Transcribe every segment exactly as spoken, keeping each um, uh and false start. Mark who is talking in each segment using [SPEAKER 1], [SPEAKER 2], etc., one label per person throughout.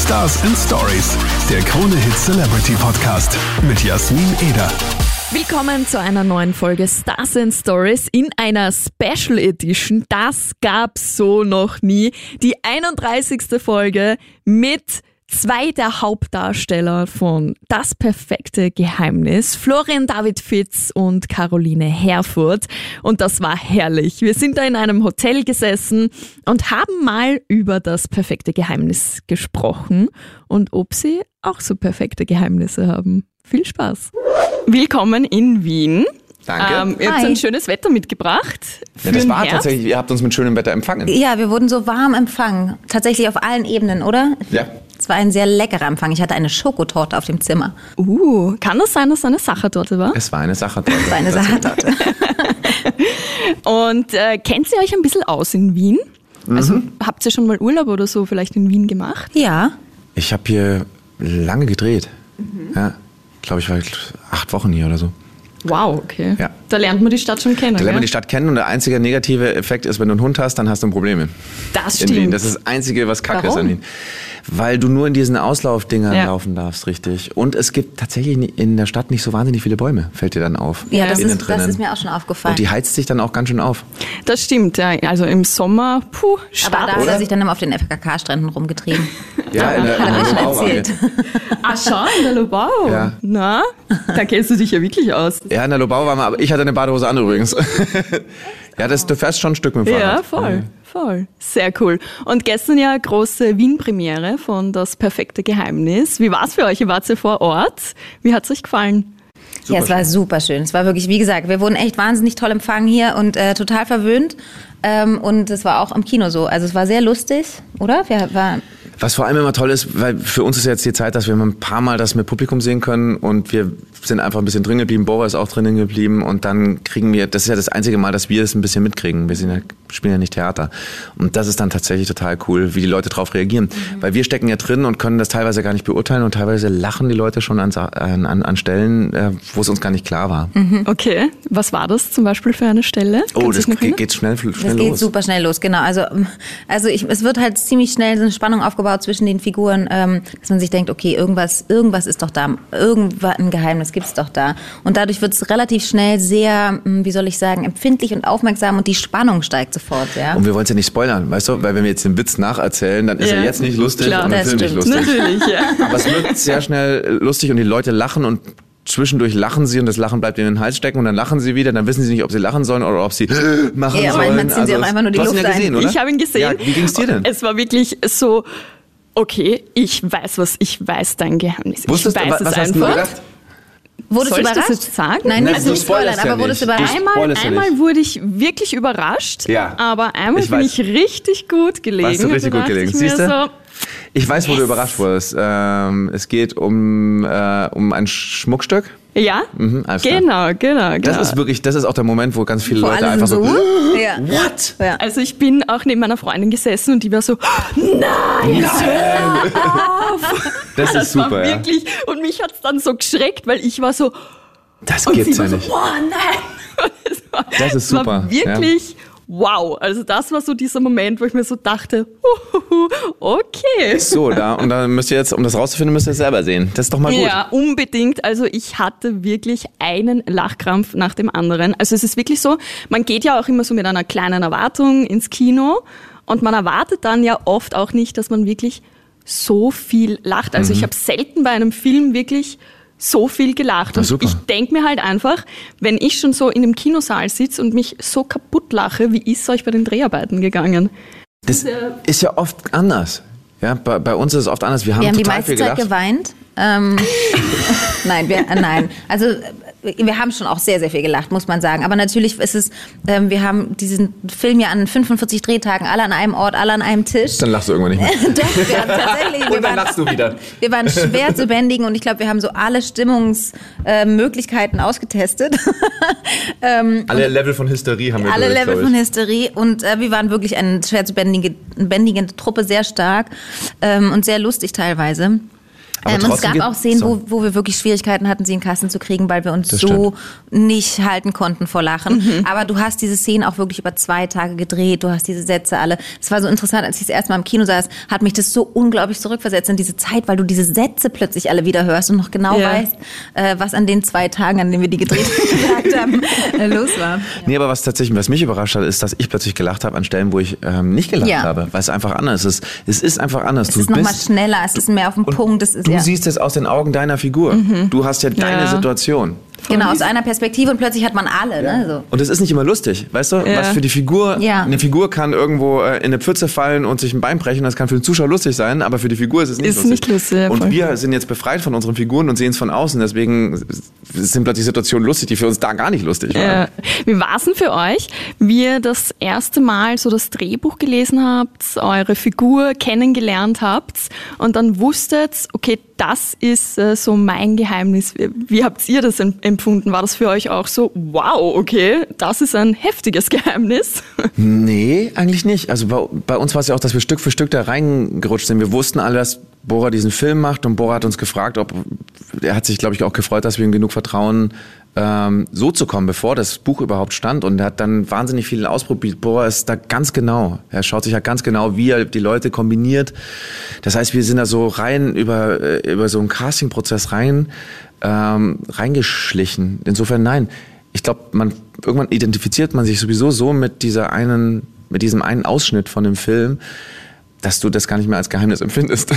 [SPEAKER 1] Stars and Stories, der Krone-Hit Celebrity Podcast mit Jasmin Eder.
[SPEAKER 2] Willkommen zu einer neuen Folge Stars and Stories in einer Special Edition. Das gab's so noch nie. Die einunddreißigste Folge mit zwei der Hauptdarsteller von Das perfekte Geheimnis, Florian David Fitz und Caroline Herfurth. Und das war herrlich. Wir sind da in einem Hotel gesessen und haben mal über das perfekte Geheimnis gesprochen und ob sie auch so perfekte Geheimnisse haben. Viel Spaß. Willkommen in Wien.
[SPEAKER 3] Danke.
[SPEAKER 2] Ähm, ihr habt so ein schönes Wetter mitgebracht.
[SPEAKER 3] Ja, das war
[SPEAKER 2] Herbst.
[SPEAKER 3] tatsächlich, ihr habt uns mit schönem Wetter empfangen.
[SPEAKER 4] Ja, wir wurden so warm empfangen. Tatsächlich auf allen Ebenen, oder?
[SPEAKER 3] Ja.
[SPEAKER 4] Es war ein sehr leckerer Empfang. Ich hatte eine Schokotorte auf dem Zimmer.
[SPEAKER 2] Uh, kann das sein, dass es eine Sachertorte war?
[SPEAKER 3] Es war eine Sachertorte.
[SPEAKER 4] Es war eine Sachertorte.
[SPEAKER 2] Und äh, kennt ihr euch ein bisschen aus in Wien?
[SPEAKER 3] Mhm.
[SPEAKER 2] Also habt ihr schon mal Urlaub oder so vielleicht in Wien gemacht?
[SPEAKER 4] Ja.
[SPEAKER 3] Ich habe hier lange gedreht. Mhm. Ja, glaube ich, war acht Wochen hier oder so.
[SPEAKER 2] Wow, okay.
[SPEAKER 3] Ja.
[SPEAKER 2] Da lernt man die Stadt schon kennen.
[SPEAKER 3] Da lernt man
[SPEAKER 2] gell?
[SPEAKER 3] die Stadt kennen und der einzige negative Effekt ist, wenn du einen Hund hast, dann hast du Probleme.
[SPEAKER 2] Das
[SPEAKER 3] In Wien.
[SPEAKER 2] stimmt.
[SPEAKER 3] Das ist das Einzige, was kacke ist
[SPEAKER 2] Warum?
[SPEAKER 3] an Wien. Weil du nur in diesen Auslaufdingern
[SPEAKER 2] Ja.
[SPEAKER 3] laufen darfst, richtig. Und es gibt tatsächlich in der Stadt nicht so wahnsinnig viele Bäume, fällt dir dann auf.
[SPEAKER 4] Ja, das
[SPEAKER 3] Innen
[SPEAKER 4] ist, das
[SPEAKER 3] drinnen.
[SPEAKER 4] ist mir auch schon aufgefallen.
[SPEAKER 3] Und die heizt sich dann auch ganz schön auf.
[SPEAKER 2] Das stimmt, ja. Also im Sommer, puh, Stadt.
[SPEAKER 4] Aber da hat
[SPEAKER 3] oder?
[SPEAKER 4] er sich dann immer auf den F K K-Stränden rumgetrieben.
[SPEAKER 3] Ja, in der,
[SPEAKER 4] Hat er mir
[SPEAKER 3] in
[SPEAKER 4] schon
[SPEAKER 3] der Lobau waren wir.
[SPEAKER 4] erzählt.
[SPEAKER 2] Ah, schau, in der Lobau.
[SPEAKER 3] Ja.
[SPEAKER 2] Na, da kennst du dich ja wirklich aus.
[SPEAKER 3] Ja, in der Lobau waren wir, aber ich hatte eine Badehose an übrigens. Ja, das, du fährst schon ein Stück mit dem Fahrrad.
[SPEAKER 2] Ja, voll, voll. Sehr cool. Und gestern ja große Wien-Premiere von Das perfekte Geheimnis. Wie war's für euch? Ihr wart ja vor Ort. Wie hat's euch gefallen?
[SPEAKER 4] Ja, es war super schön. Es war wirklich, wie gesagt, wir wurden echt wahnsinnig toll empfangen hier und äh, total verwöhnt. Ähm, und es war auch im Kino so. Also es war sehr lustig, oder? Wir waren
[SPEAKER 3] Was vor allem immer toll ist, weil für uns ist jetzt die Zeit, dass wir ein paar Mal das mit Publikum sehen können und wir sind einfach ein bisschen drin geblieben, Bora ist auch drinnen geblieben und dann kriegen wir, das ist ja das einzige Mal, dass wir es ein bisschen mitkriegen. Wir sind ja, spielen ja nicht Theater. Und das ist dann tatsächlich total cool, wie die Leute drauf reagieren. Mhm. Weil wir stecken ja drin und können das teilweise gar nicht beurteilen und teilweise lachen die Leute schon an, an, an Stellen, äh, wo es uns gar nicht klar war.
[SPEAKER 2] Mhm. Okay, was war das zum Beispiel für eine Stelle?
[SPEAKER 3] Oh,
[SPEAKER 2] Kannst du
[SPEAKER 3] das
[SPEAKER 2] dich noch erinnern?
[SPEAKER 3] geht schnell, schnell
[SPEAKER 4] Das
[SPEAKER 3] los.
[SPEAKER 4] geht super schnell los, genau. Also, also ich, es wird halt ziemlich schnell so eine Spannung aufgebaut zwischen den Figuren, ähm, dass man sich denkt, okay, irgendwas, irgendwas ist doch da, irgendwas, ein Geheimnis gibt's doch da. Und dadurch wird es relativ schnell sehr, wie soll ich sagen, empfindlich und aufmerksam und die Spannung steigt sofort, ja.
[SPEAKER 3] Und wir wollen es ja nicht spoilern, weißt du? Weil wenn wir jetzt den Witz nacherzählen, dann ist
[SPEAKER 2] Ja,
[SPEAKER 3] er jetzt nicht lustig
[SPEAKER 2] klar,
[SPEAKER 3] und im
[SPEAKER 4] das
[SPEAKER 3] Film nicht
[SPEAKER 4] stimmt.
[SPEAKER 3] lustig.
[SPEAKER 2] Natürlich, ja.
[SPEAKER 3] Aber es wird sehr schnell lustig und die Leute lachen und zwischendurch lachen sie und das Lachen bleibt in den Hals stecken und dann lachen sie wieder, dann wissen sie nicht, ob sie lachen sollen oder ob sie machen
[SPEAKER 4] Ja,
[SPEAKER 3] sollen.
[SPEAKER 4] manchmal ziehen sie auch einfach nur die
[SPEAKER 3] du hast ihn
[SPEAKER 4] Luft
[SPEAKER 3] ja gesehen,
[SPEAKER 4] ein.
[SPEAKER 3] oder?
[SPEAKER 2] Ich habe ihn gesehen.
[SPEAKER 3] Ja, wie ging's dir denn?
[SPEAKER 2] Es war wirklich so, okay, ich weiß was, ich weiß dein Geheimnis.
[SPEAKER 3] Wusstest
[SPEAKER 2] ich
[SPEAKER 3] du,
[SPEAKER 2] weiß
[SPEAKER 3] was
[SPEAKER 2] es
[SPEAKER 3] hast du
[SPEAKER 2] einfach.
[SPEAKER 3] gedacht?
[SPEAKER 4] Wurdest
[SPEAKER 2] Soll
[SPEAKER 4] du
[SPEAKER 2] ich das
[SPEAKER 4] überrascht?
[SPEAKER 2] jetzt sagen?
[SPEAKER 4] Nein,
[SPEAKER 3] Nein,
[SPEAKER 4] nicht
[SPEAKER 3] du
[SPEAKER 4] nicht spoilern,
[SPEAKER 3] spoilerst ja
[SPEAKER 4] aber wurdest du
[SPEAKER 3] nicht.
[SPEAKER 4] überrascht?
[SPEAKER 3] Du
[SPEAKER 2] Einmal,
[SPEAKER 3] spoilerst ja
[SPEAKER 2] einmal
[SPEAKER 3] nicht.
[SPEAKER 2] wurde ich wirklich überrascht,
[SPEAKER 3] Ja.
[SPEAKER 2] aber einmal
[SPEAKER 3] Ich
[SPEAKER 2] bin
[SPEAKER 3] weiß.
[SPEAKER 2] ich richtig gut gelegen.
[SPEAKER 3] Warst du richtig
[SPEAKER 2] und da
[SPEAKER 3] gut
[SPEAKER 2] dachte
[SPEAKER 3] gelegen.
[SPEAKER 2] ich mir
[SPEAKER 3] Siehst du?
[SPEAKER 2] so,
[SPEAKER 3] Ich weiß, wo du
[SPEAKER 2] Yes.
[SPEAKER 3] überrascht wurdest. Ähm, es geht um, äh, um ein Schmuckstück.
[SPEAKER 2] ja,
[SPEAKER 3] Mhm, alles klar.
[SPEAKER 2] genau, genau, genau.
[SPEAKER 3] Das ist wirklich, das ist auch der Moment, wo ganz viele
[SPEAKER 4] Wo
[SPEAKER 3] Leute
[SPEAKER 4] alle
[SPEAKER 3] einfach
[SPEAKER 4] sind
[SPEAKER 3] so,
[SPEAKER 4] so, ja.
[SPEAKER 3] what?
[SPEAKER 4] Ja.
[SPEAKER 2] Also ich bin auch neben meiner Freundin gesessen und die war so, nein, jetzt hör auf.
[SPEAKER 3] Das ist
[SPEAKER 2] Das
[SPEAKER 3] super,
[SPEAKER 2] war
[SPEAKER 3] ja.
[SPEAKER 2] wirklich, und mich hat's dann so geschreckt, weil ich war so,
[SPEAKER 3] Das
[SPEAKER 2] und
[SPEAKER 3] gibt's
[SPEAKER 2] sie
[SPEAKER 3] ja
[SPEAKER 2] war
[SPEAKER 3] nicht.
[SPEAKER 2] so, boah, nein. Und es war,
[SPEAKER 3] Das ist
[SPEAKER 2] es war
[SPEAKER 3] super,
[SPEAKER 2] wirklich wow. Also das war so dieser Moment, wo ich mir so dachte, huhuhu, okay.
[SPEAKER 3] So, da, und dann müsst ihr jetzt, um das rauszufinden, müsst ihr es selber sehen. Das ist doch mal gut.
[SPEAKER 2] Ja, unbedingt. Also ich hatte wirklich einen Lachkrampf nach dem anderen. Also es ist wirklich so, man geht ja auch immer so mit einer kleinen Erwartung ins Kino und man erwartet dann ja oft auch nicht, dass man wirklich so viel lacht. Also
[SPEAKER 3] Mhm.
[SPEAKER 2] ich habe selten bei einem Film wirklich so viel gelacht.
[SPEAKER 3] Na,
[SPEAKER 2] Und
[SPEAKER 3] super.
[SPEAKER 2] ich denke mir halt einfach, wenn ich schon so in einem Kinosaal sitze und mich so kaputt lache, wie ist es euch bei den Dreharbeiten gegangen?
[SPEAKER 3] Das ist ja oft anders. Ja, bei, bei uns ist es oft anders. Wir haben,
[SPEAKER 4] Wir haben die
[SPEAKER 3] total
[SPEAKER 4] meiste
[SPEAKER 3] viel
[SPEAKER 4] Zeit
[SPEAKER 3] gelacht.
[SPEAKER 4] geweint. Ähm, nein, wir, äh, nein. Also äh, wir haben schon auch sehr, sehr viel gelacht, muss man sagen. Aber natürlich ist es, ähm, wir haben diesen Film ja an fünfundvierzig Drehtagen, alle an einem Ort, alle an einem Tisch.
[SPEAKER 3] Dann lachst du irgendwann nicht mehr.
[SPEAKER 4] Doch, wir haben tatsächlich. Wir
[SPEAKER 3] Und dann
[SPEAKER 4] waren,
[SPEAKER 3] lachst du wieder.
[SPEAKER 4] wir waren schwer zu bändigen und ich glaube, wir haben so alle Stimmungsmöglichkeiten ausgetestet. ähm,
[SPEAKER 3] Alle Level von Hysterie haben wir
[SPEAKER 4] alle
[SPEAKER 3] durch,
[SPEAKER 4] Level
[SPEAKER 3] glaub ich.
[SPEAKER 4] von Hysterie und äh, wir waren wirklich eine schwer zu bändige, bändigende Truppe, sehr stark ähm, und sehr lustig teilweise.
[SPEAKER 3] Aber
[SPEAKER 4] ähm, es gab
[SPEAKER 3] gibt-
[SPEAKER 4] auch Szenen,
[SPEAKER 3] so.
[SPEAKER 4] wo, wo wir wirklich Schwierigkeiten hatten, sie in Kassen zu kriegen, weil wir uns
[SPEAKER 3] Das
[SPEAKER 4] so nicht halten konnten vor Lachen. Mhm. Aber du hast diese Szenen auch wirklich über zwei Tage gedreht, du hast diese Sätze alle. Es war so interessant, als ich das erste Mal im Kino saß, hat mich das so unglaublich zurückversetzt in diese Zeit, weil du diese Sätze plötzlich alle wieder hörst und noch genau
[SPEAKER 2] Ja.
[SPEAKER 4] weißt, äh, was an den zwei Tagen, an denen wir die gedreht gesagt haben, äh, los war.
[SPEAKER 3] Nee, aber was tatsächlich, was mich überrascht hat, ist, dass ich plötzlich gelacht habe an Stellen, wo ich ähm, nicht gelacht
[SPEAKER 4] Ja.
[SPEAKER 3] habe, weil es einfach anders ist. Es ist einfach anders.
[SPEAKER 4] Es
[SPEAKER 3] Du
[SPEAKER 4] ist nochmal
[SPEAKER 3] bist-
[SPEAKER 4] schneller, es ist mehr auf den
[SPEAKER 3] und
[SPEAKER 4] Punkt. Es ist,
[SPEAKER 3] Du
[SPEAKER 4] ja.
[SPEAKER 3] siehst es aus den Augen deiner Figur. Du hast ja deine
[SPEAKER 2] Ja.
[SPEAKER 3] Situation.
[SPEAKER 4] Genau, aus einer Perspektive und plötzlich hat man alle. Ne, so.
[SPEAKER 3] Und es ist nicht immer lustig, weißt du?
[SPEAKER 2] Ja.
[SPEAKER 3] Was für die Figur,
[SPEAKER 4] Ja.
[SPEAKER 3] eine Figur kann irgendwo äh, in eine Pfütze fallen und sich ein Bein brechen, das kann für den Zuschauer lustig sein, aber für die Figur ist es nicht
[SPEAKER 2] Ist
[SPEAKER 3] lustig.
[SPEAKER 2] nicht lustig, ja,
[SPEAKER 3] und
[SPEAKER 2] voll.
[SPEAKER 3] wir sind jetzt befreit von unseren Figuren und sehen es von außen, deswegen sind plötzlich Situationen lustig, die für uns da gar nicht lustig waren.
[SPEAKER 2] Ja. Wie war es denn für euch, wie ihr das erste Mal so das Drehbuch gelesen habt, eure Figur kennengelernt habt und dann wusstet, okay, das ist äh, so mein Geheimnis. Wie habt ihr das em- empfunden? War das für euch auch so, wow, okay, das ist ein heftiges Geheimnis?
[SPEAKER 3] Nee, eigentlich nicht. Also bei, bei uns war es ja auch, dass wir Stück für Stück da reingerutscht sind. Wir wussten alle, dass Bora diesen Film macht und Bora hat uns gefragt, ob, er hat sich, glaube ich, auch gefreut, dass wir ihm genug vertrauen, ähm, so zu kommen, bevor das Buch überhaupt stand. Und er hat dann wahnsinnig viel ausprobiert. Bora ist da ganz genau. Er schaut sich ja ganz genau, wie er die Leute kombiniert. Das heißt, wir sind da so rein über, äh, über so einen Castingprozess rein, ähm, reingeschlichen. Insofern nein. Ich glaube, man irgendwann identifiziert man sich sowieso so mit dieser einen, mit diesem einen Ausschnitt von dem Film, dass du das gar nicht mehr als Geheimnis empfindest.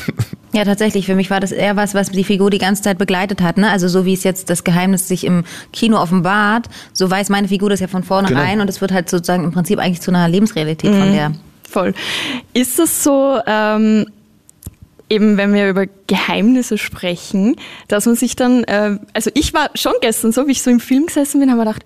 [SPEAKER 4] Ja, tatsächlich. Für mich war das eher was, was die Figur die ganze Zeit begleitet hat. Ne? Also so wie es jetzt das Geheimnis sich im Kino offenbart, so weiß meine Figur das ja von vornherein
[SPEAKER 3] Genau.
[SPEAKER 4] und es wird halt sozusagen im Prinzip eigentlich zu einer Lebensrealität von der.
[SPEAKER 2] Voll. Ist es so, ähm, eben wenn wir über Geheimnisse sprechen, dass man sich dann, äh, also ich war schon gestern so, wie ich so im Film gesessen bin, habe mir gedacht,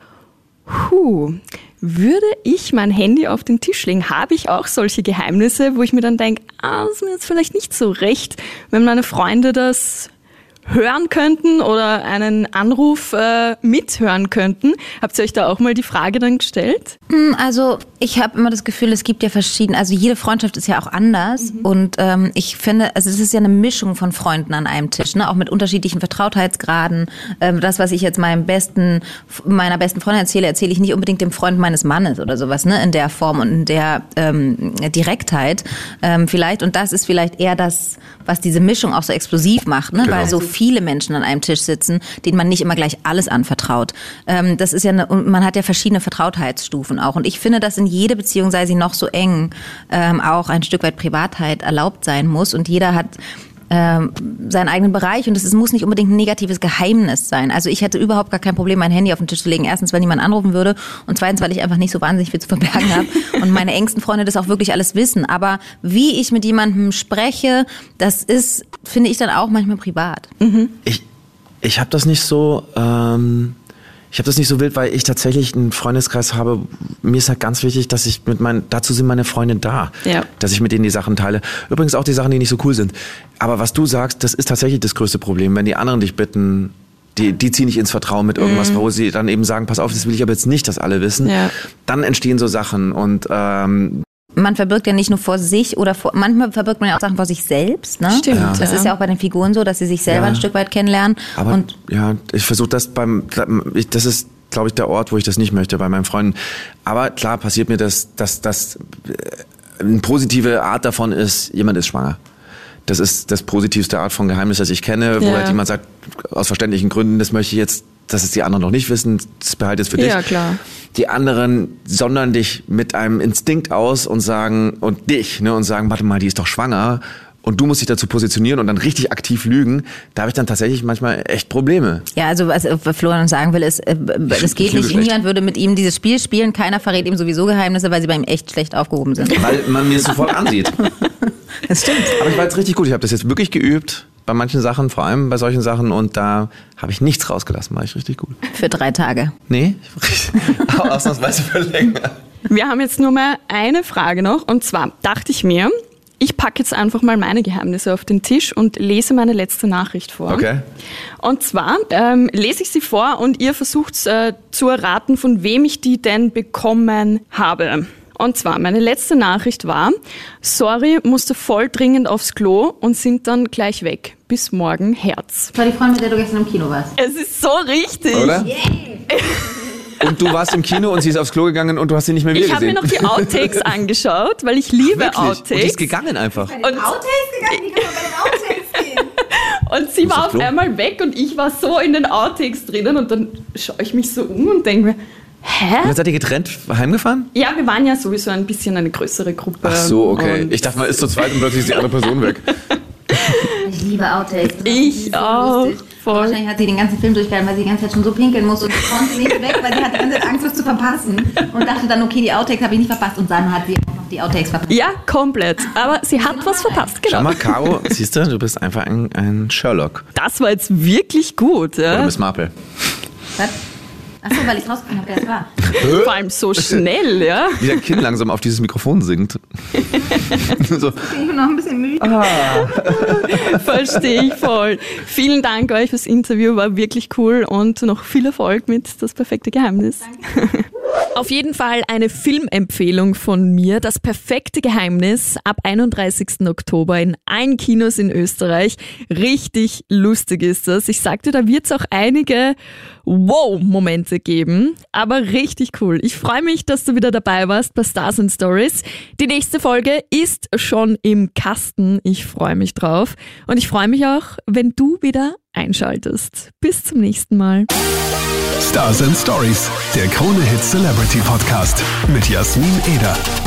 [SPEAKER 2] puh, würde ich mein Handy auf den Tisch legen, habe ich auch solche Geheimnisse, wo ich mir dann denke, ah, das ist mir jetzt vielleicht nicht so recht, wenn meine Freunde das hören könnten oder einen Anruf äh, mithören könnten. Habt ihr euch da auch mal die Frage dann gestellt?
[SPEAKER 4] Also ich habe immer das Gefühl, es gibt ja verschiedene, also jede Freundschaft ist ja auch anders mhm. und ähm, ich finde, also es ist ja eine Mischung von Freunden an einem Tisch, ne? Auch mit unterschiedlichen Vertrautheitsgraden. Ähm, das, was ich jetzt meinem besten, meiner besten Freundin erzähle, erzähle ich nicht unbedingt dem Freund meines Mannes oder sowas, ne? In der Form und in der ähm, Direktheit ähm, vielleicht. Und das ist vielleicht eher das, was diese Mischung auch so explosiv macht, ne?
[SPEAKER 3] Genau.
[SPEAKER 4] Weil so viele Menschen an einem Tisch sitzen, denen man nicht immer gleich alles anvertraut. Ähm, das ist ja eine, und man hat ja verschiedene Vertrautheitsstufen auch. Und ich finde, dass in jede Beziehung, sei sie noch so eng, ähm, auch ein Stück weit Privatheit erlaubt sein muss. Und jeder hat ähm, seinen eigenen Bereich und es ist, muss nicht unbedingt ein negatives Geheimnis sein. Also ich hätte überhaupt gar kein Problem, mein Handy auf den Tisch zu legen. Erstens, weil niemand anrufen würde und zweitens, weil ich einfach nicht so wahnsinnig viel zu verbergen habe und meine engsten Freunde das auch wirklich alles wissen. Aber wie ich mit jemandem spreche, das ist, finde ich, dann auch manchmal privat.
[SPEAKER 2] Mhm.
[SPEAKER 3] Ich, ich habe das nicht so, ähm, ich habe das nicht so wild, weil ich tatsächlich einen Freundeskreis habe. Mir ist halt ganz wichtig, dass ich mit meinen, dazu sind meine Freunde da,
[SPEAKER 2] Ja.
[SPEAKER 3] dass ich mit denen die Sachen teile. Übrigens auch die Sachen, die nicht so cool sind. Aber was du sagst, das ist tatsächlich das größte Problem, wenn die anderen dich bitten. Die, die ziehen nicht ins Vertrauen mit irgendwas, mhm. wo sie dann eben sagen, pass auf, das will ich aber jetzt nicht, dass alle wissen.
[SPEAKER 2] Ja.
[SPEAKER 3] Dann entstehen so Sachen und ähm,
[SPEAKER 4] Man verbirgt ja nicht nur vor sich oder vor, manchmal verbirgt man ja auch Sachen vor sich selbst. Ne?
[SPEAKER 2] Stimmt,
[SPEAKER 3] Ja.
[SPEAKER 4] Das
[SPEAKER 2] ja.
[SPEAKER 4] ist ja auch bei den Figuren so, dass sie sich selber
[SPEAKER 3] Ja.
[SPEAKER 4] ein Stück weit kennenlernen.
[SPEAKER 3] Aber
[SPEAKER 4] und
[SPEAKER 3] ja, ich versuche das beim, ich, das ist, glaube ich, der Ort, wo ich das nicht möchte, bei meinen Freunden. Aber klar passiert mir das, dass das eine positive Art davon ist, jemand ist schwanger. Das ist das positivste Art von Geheimnis, das ich kenne, wo
[SPEAKER 2] Ja.
[SPEAKER 3] halt jemand sagt, aus verständlichen Gründen, das möchte ich jetzt, dass es die anderen noch nicht wissen, das behalte ich jetzt für dich.
[SPEAKER 2] Ja, klar.
[SPEAKER 3] Die anderen sondern dich mit einem Instinkt aus und sagen, und dich, ne, und sagen, warte mal, die ist doch schwanger. Und du musst dich dazu positionieren und dann richtig aktiv lügen. Da habe ich dann tatsächlich manchmal echt Probleme.
[SPEAKER 4] ja, also was Florian sagen will, ist, äh, es geht
[SPEAKER 3] Ich lüge
[SPEAKER 4] nicht,
[SPEAKER 3] schlecht.
[SPEAKER 4] niemand würde mit ihm dieses Spiel spielen, keiner verrät ihm sowieso Geheimnisse, weil sie bei ihm echt schlecht aufgehoben sind.
[SPEAKER 3] Weil man mir es sofort ansieht.
[SPEAKER 4] Das stimmt.
[SPEAKER 3] Aber ich war jetzt richtig gut. Ich habe das jetzt wirklich geübt. Bei manchen Sachen, vor allem bei solchen Sachen. Und da habe ich nichts rausgelassen. War ich richtig gut.
[SPEAKER 4] Für drei Tage.
[SPEAKER 3] Nee, aber ausnahmsweise für länger.
[SPEAKER 2] Wir haben jetzt nur mal eine Frage noch und zwar dachte ich mir, ich packe jetzt einfach mal meine Geheimnisse auf den Tisch und lese meine letzte Nachricht vor.
[SPEAKER 3] Okay.
[SPEAKER 2] Und zwar ähm, lese ich sie vor und ihr versucht äh, zu erraten, von wem ich die denn bekommen habe. Und zwar, meine letzte Nachricht war, sorry, musste voll dringend aufs Klo und sind dann gleich weg. Bis morgen, Herz.
[SPEAKER 4] Das war die Freundin, mit der du gestern im Kino warst.
[SPEAKER 2] Es ist so richtig.
[SPEAKER 3] Oder? Yeah. Und du warst im Kino und sie ist aufs Klo gegangen und du hast sie nicht mehr wieder
[SPEAKER 2] ich
[SPEAKER 3] gesehen.
[SPEAKER 2] Ich habe mir noch die Outtakes angeschaut, weil ich liebe
[SPEAKER 3] Wirklich?
[SPEAKER 2] Outtakes.
[SPEAKER 3] Und die ist gegangen einfach.
[SPEAKER 4] Bei den Outtakes gegangen? Wie kann man bei den Outtakes gehen?
[SPEAKER 2] Und sie war auf einmal weg und ich war so in den Outtakes drinnen und dann schaue ich mich so um und denke mir, hä?
[SPEAKER 3] Und dann seid ihr getrennt heimgefahren?
[SPEAKER 2] Ja, wir waren ja sowieso ein bisschen eine größere Gruppe.
[SPEAKER 3] Ach so, okay. Ich dachte, man ist zu zweit und plötzlich ist die andere Person weg.
[SPEAKER 4] Ich liebe Outtakes.
[SPEAKER 2] Ich so auch. Voll.
[SPEAKER 4] Wahrscheinlich hat sie den ganzen Film durchgehalten, weil sie die ganze Zeit schon so pinkeln muss und konnte nicht weg, weil sie hatte die ganze Zeit Angst, was zu verpassen. Und dachte dann, okay, die Outtakes habe ich nicht verpasst. Und dann hat sie auch noch die Outtakes verpasst.
[SPEAKER 2] Ja, komplett. Aber sie hat was verpasst, genau.
[SPEAKER 3] Schau mal, Caro, siehst du, du bist einfach ein, ein Sherlock.
[SPEAKER 2] Das war jetzt wirklich gut. Ja?
[SPEAKER 3] Oder Miss Marple.
[SPEAKER 4] Was? Achso, weil ich rausgefunden habe, wer es war.
[SPEAKER 2] Vor allem so schnell, ja.
[SPEAKER 3] Wie der Kind langsam auf dieses Mikrofon singt. So.
[SPEAKER 4] Ich bin noch ein bisschen müde.
[SPEAKER 3] Ah.
[SPEAKER 2] Verstehe ich voll. Vielen Dank euch fürs Interview, war wirklich cool und noch viel Erfolg mit Das perfekte Geheimnis. Danke. Auf jeden Fall eine Filmempfehlung von mir, Das perfekte Geheimnis, ab einunddreißigsten Oktober in allen Kinos in Österreich. Richtig lustig ist das. Ich sagte, da wird es auch einige Wow-Momente geben, aber richtig cool. Ich freue mich, dass du wieder dabei warst bei Stars and Stories. Die nächste Folge ist schon im Kasten. Ich freue mich drauf und ich freue mich auch, wenn du wieder einschaltest. Bis zum nächsten Mal.
[SPEAKER 1] Stars and Stories, der Krone Hit Celebrity Podcast mit Jasmin Eder.